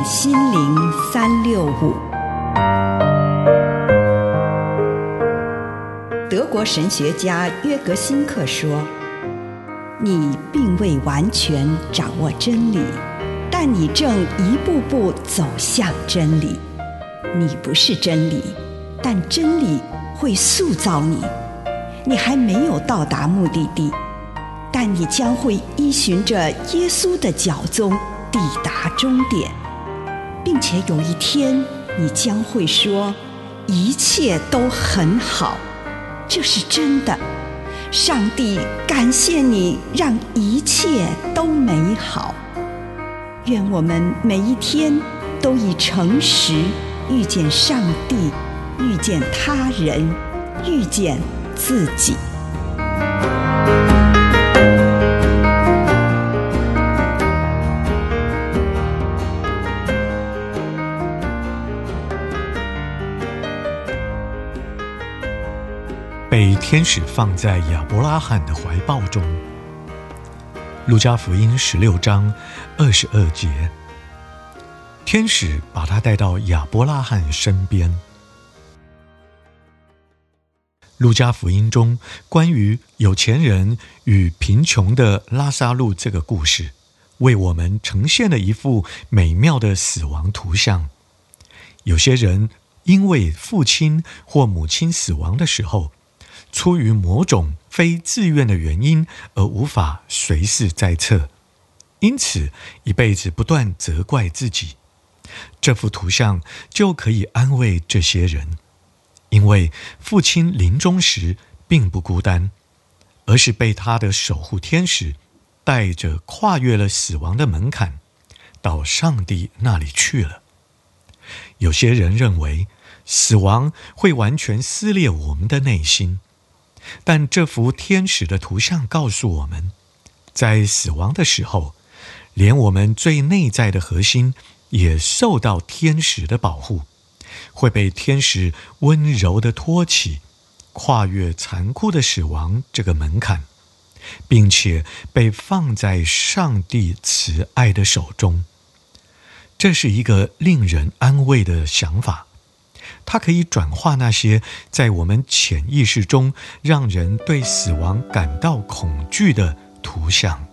心灵365。德国神学家约格辛克说，你并未完全掌握真理，但你正一步步走向真理。你不是真理，但真理会塑造你。你还没有到达目的地，但你将会依循着耶稣的脚踪抵达终点，并且有一天你将会说，一切都很好。这是真的。上帝感谢你，让一切都美好。愿我们每一天都以诚实遇见上帝，遇见他人，遇见自己。 被天使放在亚伯拉罕的怀抱中。路加福音16章22节，天使把他带到亚伯拉罕身边。路加福音中关于有钱人与贫穷的拉撒路这个故事，为我们呈现了一幅美妙的死亡图像。有些人因为父亲或母亲死亡的时候，出于某种非自愿的原因而无法随侍在侧，因此一辈子不断责怪自己。这幅图像就可以安慰这些人，因为父亲临终时并不孤单，而是被他的守护天使带着跨越了死亡的门槛，到上帝那里去了。有些人认为死亡会完全撕裂我们的内心，但这幅天使的图像告诉我们，在死亡的时候，连我们最内在的核心也受到天使的保护，会被天使温柔地托起，跨越残酷的死亡这个门槛，并且被放在上帝慈爱的手中。这是一个令人安慰的想法，它可以转化那些在我们潜意识中让人对死亡感到恐惧的图像。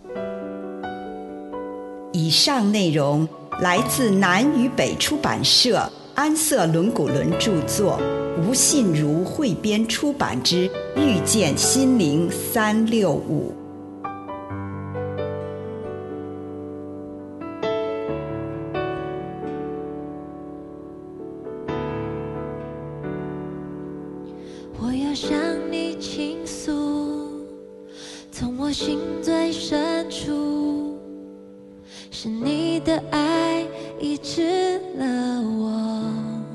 以上内容来自南与北出版社安瑟伦古伦著作，吴信如汇编出版之《遇见心灵365》。 我要向你倾诉，从我心最深处，是你的爱医治了我，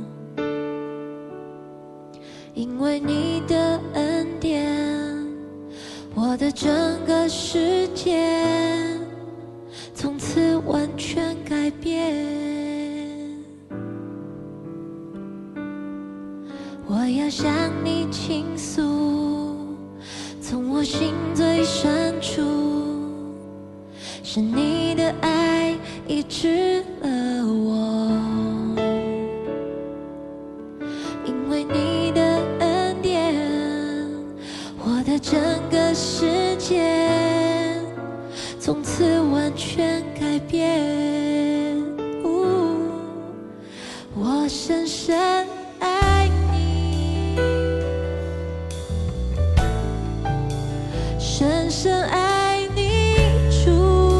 因为你的恩典，我的整个世界从此完全改变。我要向你倾诉，从我心最深处，是你的爱医治了我，因为你的恩典，我的整个世界从此完全改变。我深深爱你，深深爱你主，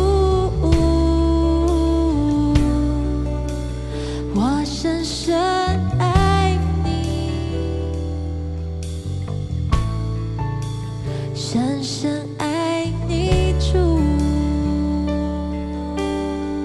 我深深爱你，深深爱你主。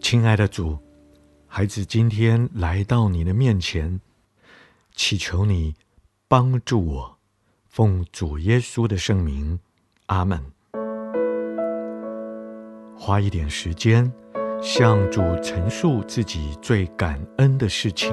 亲爱的主，孩子今天来到你的面前，祈求你帮助我，奉主耶稣的圣名，阿们。花一点时间向主陈述自己最感恩的事情。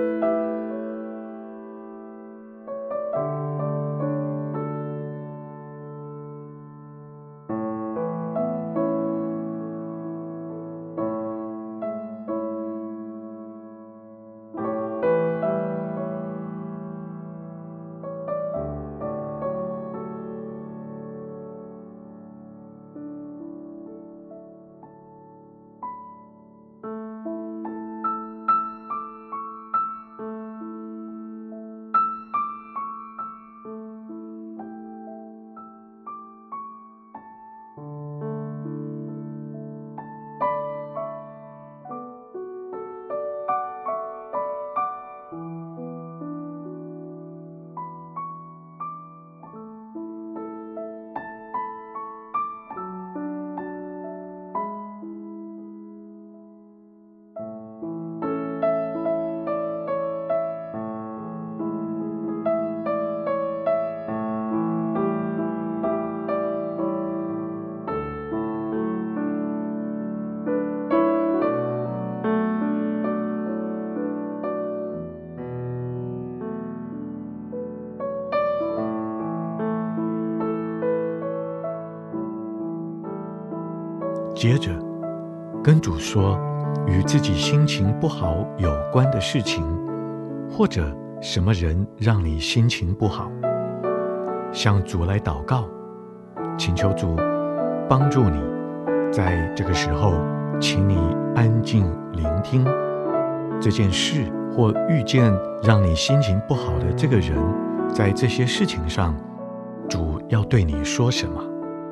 接着跟主说与自己心情不好有关的事情，或者什么人让你心情不好，向主来祷告，请求主帮助你。在这个时候，请你安静聆听这件事或遇见让你心情不好的这个人，在这些事情上，主要对你说什么。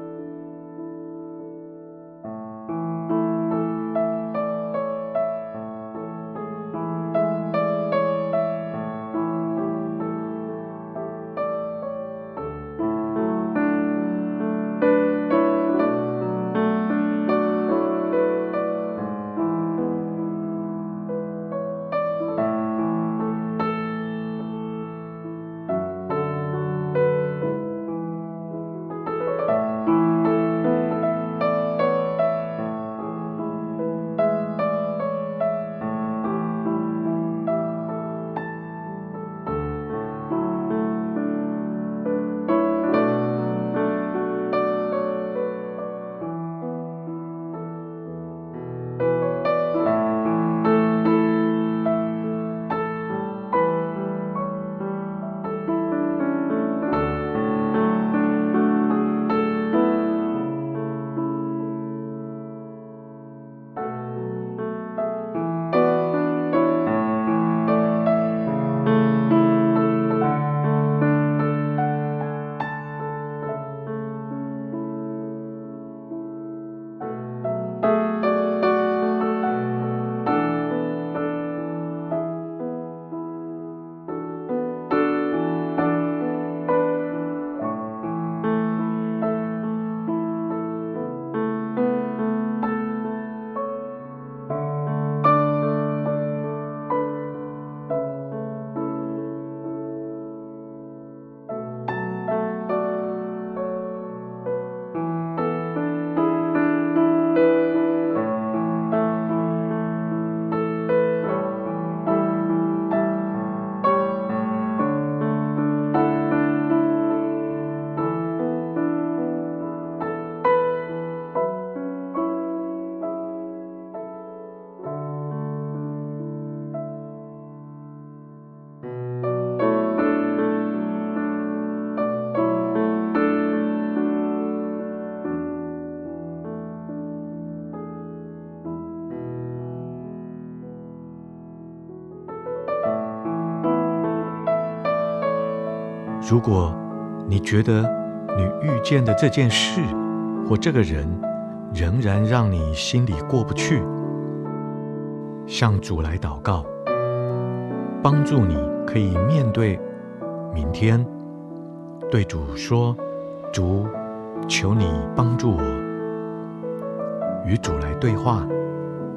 如果你觉得你遇见的这件事或这个人仍然让你心里过不去，向主来祷告，帮助你可以面对明天，对主说：主，求你帮助我，与主来对话，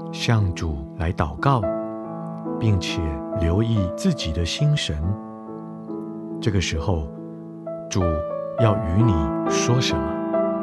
向主来祷告，并且留意自己的心神。这个时候，主要与你说什么？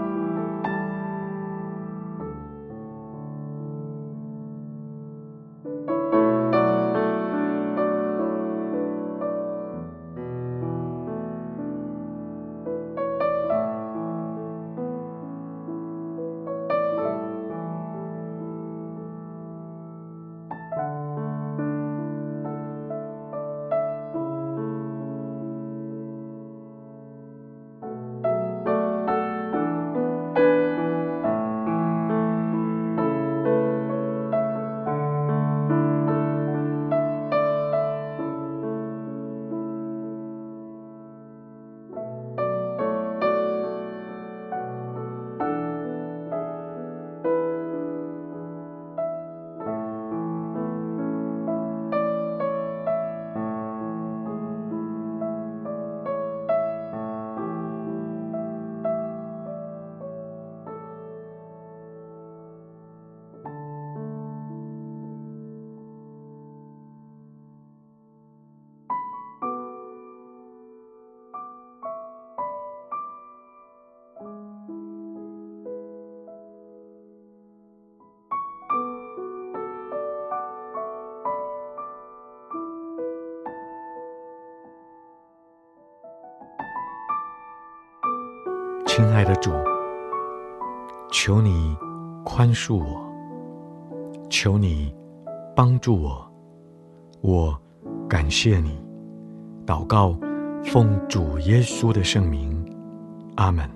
亲爱的主，求你宽恕我，求你帮助我，我感谢你。祷告，奉主耶稣的圣名，阿们。